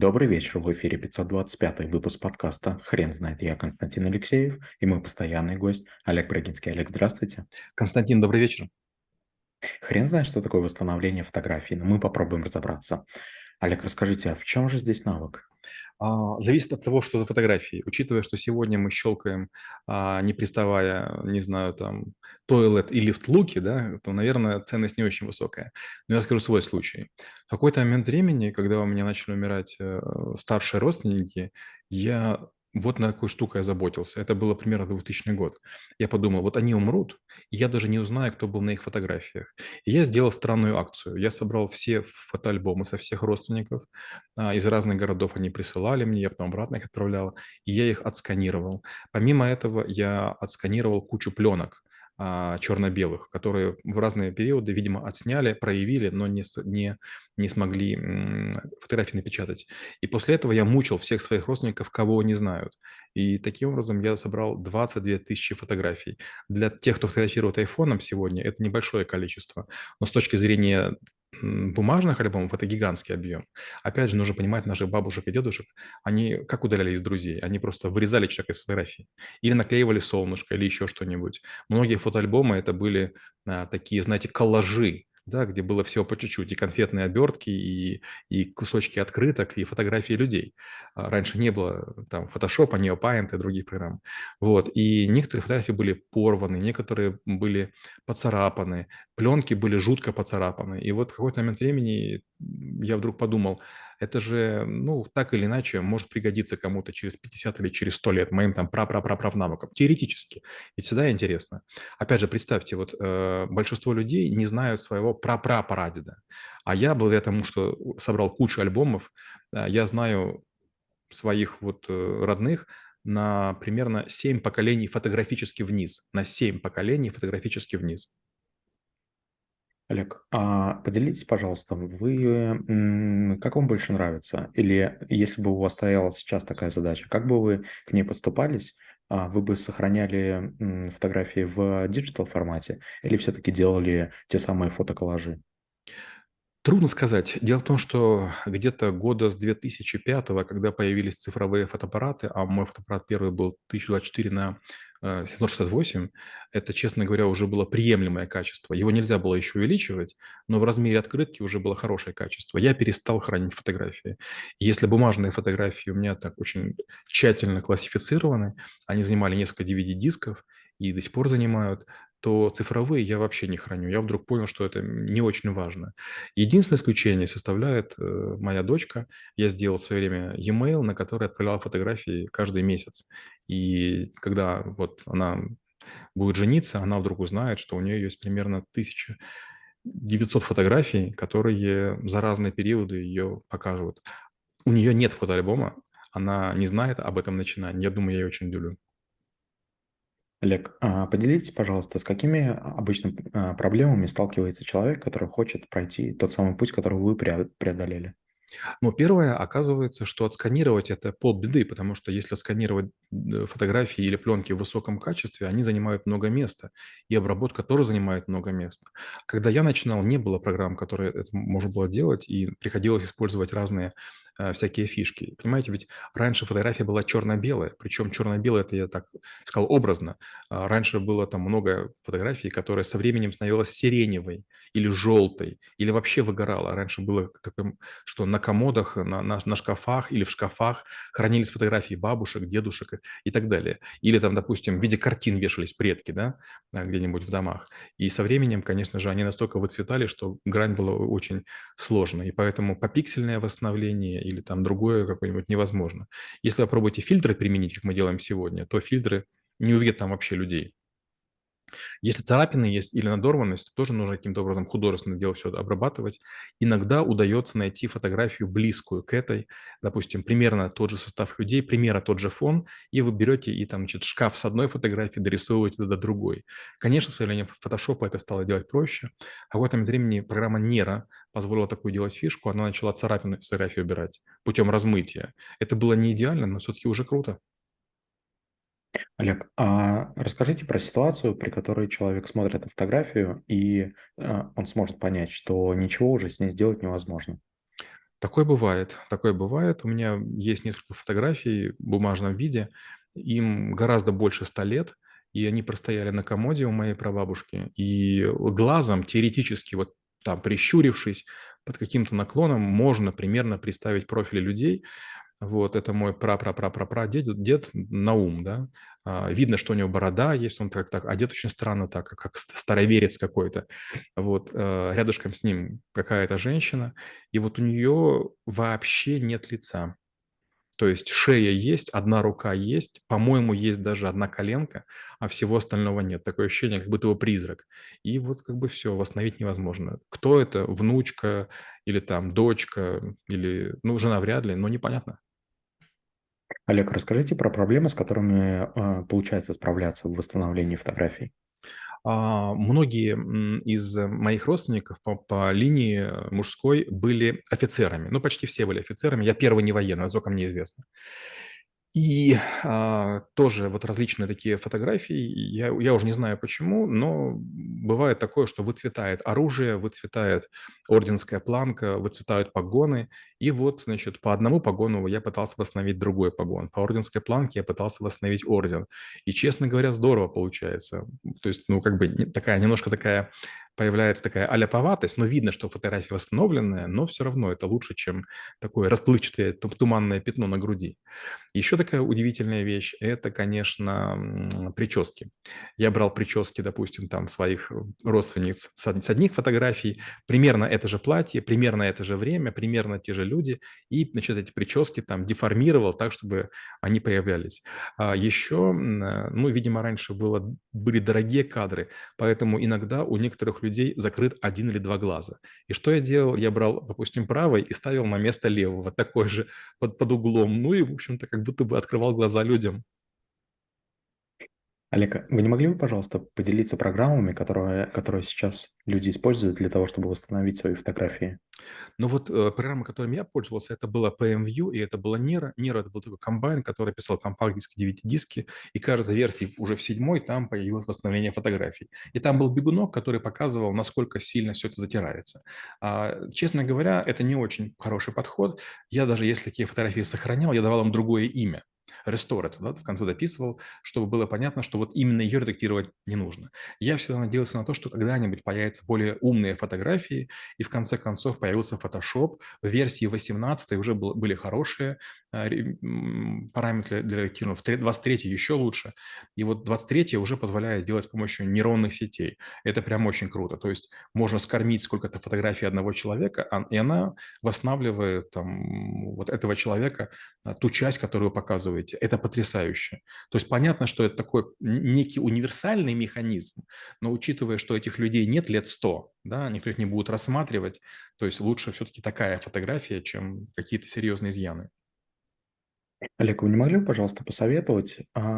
Добрый вечер, в эфире 525 выпуск подкаста «Хрен знает». Я Константин Алексеев и мой постоянный гость Олег Брагинский. Олег, здравствуйте. Константин, добрый вечер. Хрен знает, что такое восстановление фотографий, но мы попробуем разобраться. Олег, расскажите, а в чем же здесь навык? Зависит от того, что за фотографии. Учитывая, что сегодня мы щелкаем, не приставая, не знаю, там, тойлет и лифт-луки, да, то, наверное, ценность не очень высокая. Но я скажу свой случай. В какой-то момент времени, когда у меня начали умирать старшие родственники, я вот на какой штукой я заботился. Это было примерно 2000 год. Я подумал, вот они умрут, и я даже не узнаю, кто был на их фотографиях. И я сделал странную акцию. Я собрал все фотоальбомы со всех родственников, из разных городов они присылали мне, я потом обратно их отправлял, и я их отсканировал. Помимо этого, я отсканировал кучу пленок черно-белых, которые в разные периоды, видимо, отсняли, проявили, но не смогли фотографии напечатать. И после этого я мучил всех своих родственников, кого они знают. И таким образом я собрал 22 тысячи фотографий. Для тех, кто фотографирует айфоном сегодня, это небольшое количество. Но с точки зрения бумажных альбомов это гигантский объем. Опять же, нужно понимать наших бабушек и дедушек, они как удаляли из друзей? Они просто вырезали человека из фотографии или наклеивали солнышко, или еще что-нибудь. Многие фотоальбомы это были такие, знаете, коллажи, да, где было всего по чуть-чуть, и конфетные обертки, и кусочки открыток, и фотографии людей. Раньше не было там фотошопа, неопаинт и других программ. Вот. И некоторые фотографии были порваны, некоторые были поцарапаны, пленки были жутко поцарапаны. И вот в какой-то момент времени я вдруг подумал, это же, ну, так или иначе, может пригодиться кому-то через 50 или через 100 лет, моим там пра-пра-пра-правнукам, теоретически. Ведь всегда интересно. Опять же, представьте, вот большинство людей не знают своего пра-пра-прадеда, а я, благодаря тому, что собрал кучу альбомов, я знаю своих вот родных на примерно 7 поколений фотографически вниз. На 7 поколений фотографически вниз. Олег, а поделитесь, пожалуйста, как вам больше нравится? Или если бы у вас стояла сейчас такая задача, как бы вы к ней подступались? Вы бы сохраняли фотографии в диджитал формате или все-таки делали те самые фотоколлажи? Трудно сказать. Дело в том, что где-то года с 2005, когда появились цифровые фотоаппараты, а мой фотоаппарат первый был 1024 на 768, это, честно говоря, уже было приемлемое качество. Его нельзя было еще увеличивать, но в размере открытки уже было хорошее качество. Я перестал хранить фотографии. И если бумажные фотографии у меня так очень тщательно классифицированы, они занимали несколько DVD-дисков и до сих пор занимают, то цифровые я вообще не храню. Я вдруг понял, что это не очень важно. Единственное исключение составляет моя дочка. Я сделал в свое время e-mail, на который отправлял фотографии каждый месяц. И когда вот она будет жениться, она вдруг узнает, что у нее есть примерно 1900 фотографий, которые за разные периоды ее покажут. У нее нет фотоальбома, она не знает об этом начинании. Я думаю, я ее очень удивлю. Олег, поделитесь, пожалуйста, с какими обычно проблемами сталкивается человек, который хочет пройти тот самый путь, который вы преодолели? Но первое, оказывается, что отсканировать это полбеды, потому что если сканировать фотографии или пленки в высоком качестве, они занимают много места, и обработка тоже занимает много места. Когда я начинал, не было программ, которые это можно было делать, и приходилось использовать разные всякие фишки. Понимаете, ведь раньше фотография была черно-белая, причем черно-белая, это я так сказал образно. Раньше было там много фотографий, которые со временем становилась сиреневой или желтой, или вообще выгорала. Раньше было такое, что на комодах, на шкафах или в шкафах хранились фотографии бабушек, дедушек и так далее. Или там, допустим, в виде картин вешались предки, да, где-нибудь в домах. И со временем, конечно же, они настолько выцветали, что грань была очень сложной. И поэтому попиксельное восстановление или там другое какое-нибудь невозможно. Если вы попробуете фильтры применить, как мы делаем сегодня, то фильтры не увидят там вообще людей. Если царапины есть или надорванность, то тоже нужно каким-то образом художественно дело все это обрабатывать. Иногда удается найти фотографию близкую к этой, допустим, примерно тот же состав людей, примерно тот же фон, и вы берете и там, значит, шкаф с одной фотографией дорисовываете до другой. Конечно, с появлением фотошопа это стало делать проще. А в этом времени программа Нера позволила такую делать фишку, она начала царапины в фотографии убирать путем размытия. Это было не идеально, но все-таки уже круто. Олег, а расскажите про ситуацию, при которой человек смотрит эту фотографию, и он сможет понять, что ничего уже с ней сделать невозможно. Такое бывает, такое бывает. У меня есть несколько фотографий в бумажном виде. Им гораздо больше 100 лет, и они простояли на комоде у моей прабабушки. И глазом теоретически, вот там прищурившись, под каким-то наклоном можно примерно представить профили людей. Вот, это мой дед Наум, да. Видно, что у него борода есть, он как так одет очень странно, так, как староверец какой-то. Вот, рядышком с ним какая-то женщина, и вот у нее вообще нет лица. То есть шея есть, одна рука есть, по-моему, есть даже одна коленка, а всего остального нет. Такое ощущение, как будто его призрак. И вот как бы все, восстановить невозможно. Кто это? Внучка или там дочка, или, ну, жена вряд ли, но непонятно. Олег, расскажите про проблемы, с которыми получается справляться в восстановлении фотографий. Многие из моих родственников по линии мужской были офицерами. Ну, почти все были офицерами. Я первый не военный, насколько мне известно. И тоже вот различные такие фотографии, я уже не знаю почему, но бывает такое, что выцветает оружие, выцветает орденская планка, выцветают погоны, и вот, значит, по одному погону я пытался восстановить другой погон, по орденской планке я пытался восстановить орден. И, честно говоря, здорово получается. То есть, ну, как бы такая, немножко такая появляется такая аляповатость, но видно, что фотография восстановленная, но все равно это лучше, чем такое расплывчатое туманное пятно на груди. Еще такая удивительная вещь – это, конечно, прически. Я брал прически, допустим, там своих родственниц с одних фотографий, примерно это же платье, примерно это же время, примерно те же люди, и, значит, эти прически там деформировал так, чтобы они появлялись. Еще, ну, видимо, раньше были дорогие кадры, поэтому иногда у некоторых людей закрыт один или два глаза. И что я делал? Я брал, допустим, правый и ставил на место левого, такой же под углом. Ну и, в общем-то, как будто бы открывал глаза людям. Олег, вы не могли бы, пожалуйста, поделиться программами, которые сейчас люди используют для того, чтобы восстановить свои фотографии? Но вот программа, которыми я пользовался, это была PMView, и это была Nero. Nero – это был такой комбайн, который писал компакт-диски, DVD-диски, и каждой версии уже в седьмой там появилось восстановление фотографий. И там был бегунок, который показывал, насколько сильно все это затирается. Честно говоря, это не очень хороший подход. Я даже если такие фотографии сохранял, я давал им другое имя. Restore это, да, в конце дописывал, чтобы было понятно, что вот именно ее редактировать не нужно. Я всегда надеялся на то, что когда-нибудь появятся более умные фотографии, и в конце концов появился Photoshop. В версии 18 уже были хорошие параметры для редактирования. В 23 еще лучше. И вот 23 уже позволяет делать с помощью нейронных сетей. Это прям очень круто. То есть можно скормить сколько-то фотографий одного человека, и она восстанавливает там, вот этого человека, ту часть, которую вы показываете. Это потрясающе. То есть понятно, что это такой некий универсальный механизм, но учитывая, что этих людей нет лет 100, да, никто их не будет рассматривать, то есть лучше все-таки такая фотография, чем какие-то серьезные изъяны. Олег, вы не могли бы, пожалуйста, посоветовать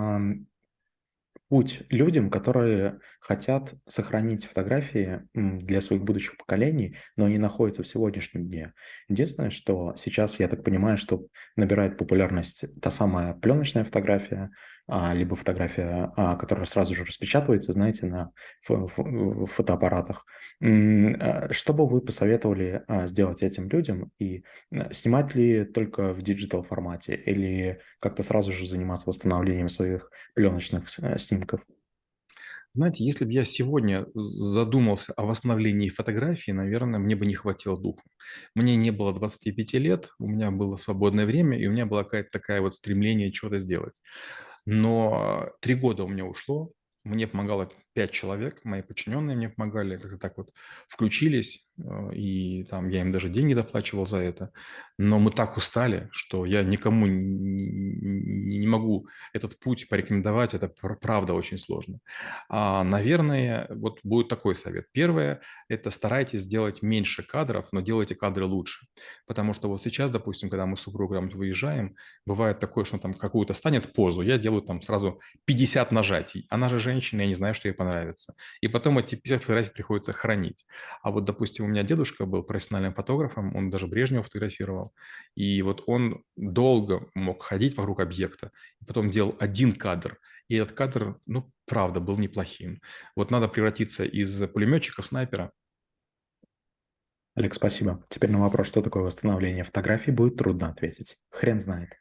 путь людям, которые хотят сохранить фотографии для своих будущих поколений, но они находятся в сегодняшнем дне? Единственное, что сейчас, я так понимаю, что набирает популярность та самая пленочная фотография, либо фотография, которая сразу же распечатывается, знаете, на фотоаппаратах. Что бы вы посоветовали сделать этим людям и снимать ли только в диджитал формате или как-то сразу же заниматься восстановлением своих пленочных снимков? Знаете, если бы я сегодня задумался о восстановлении фотографии, наверное, мне бы не хватило духу. Мне не было 25 лет, у меня было свободное время, и у меня была какая-то такая вот стремление что-то сделать. Но 3 года у меня ушло, мне помогало 5 человек, мои подчиненные мне помогали, как-то так вот включились, и там я им даже деньги доплачивал за это. Но мы так устали, что я никому не могу этот путь порекомендовать, это правда очень сложно. Наверное, вот будет такой совет. Первое – это старайтесь делать меньше кадров, но делайте кадры лучше. Потому что вот сейчас, допустим, когда мы с супругой куда-нибудь выезжаем, бывает такое, что там какую-то станет позу, я делаю там сразу 50 нажатий. Она же женщина, я не знаю, что ей понравится. И потом эти 50 фотографий приходится хранить. А вот, допустим, у меня дедушка был профессиональным фотографом, он даже Брежнева фотографировал. И вот он долго мог ходить вокруг объекта, и потом делал один кадр. И этот кадр, ну, правда, был неплохим. Вот надо превратиться из пулеметчика в снайпера. Олег, спасибо. Теперь на вопрос, что такое восстановление фотографий, будет трудно ответить. Хрен знает.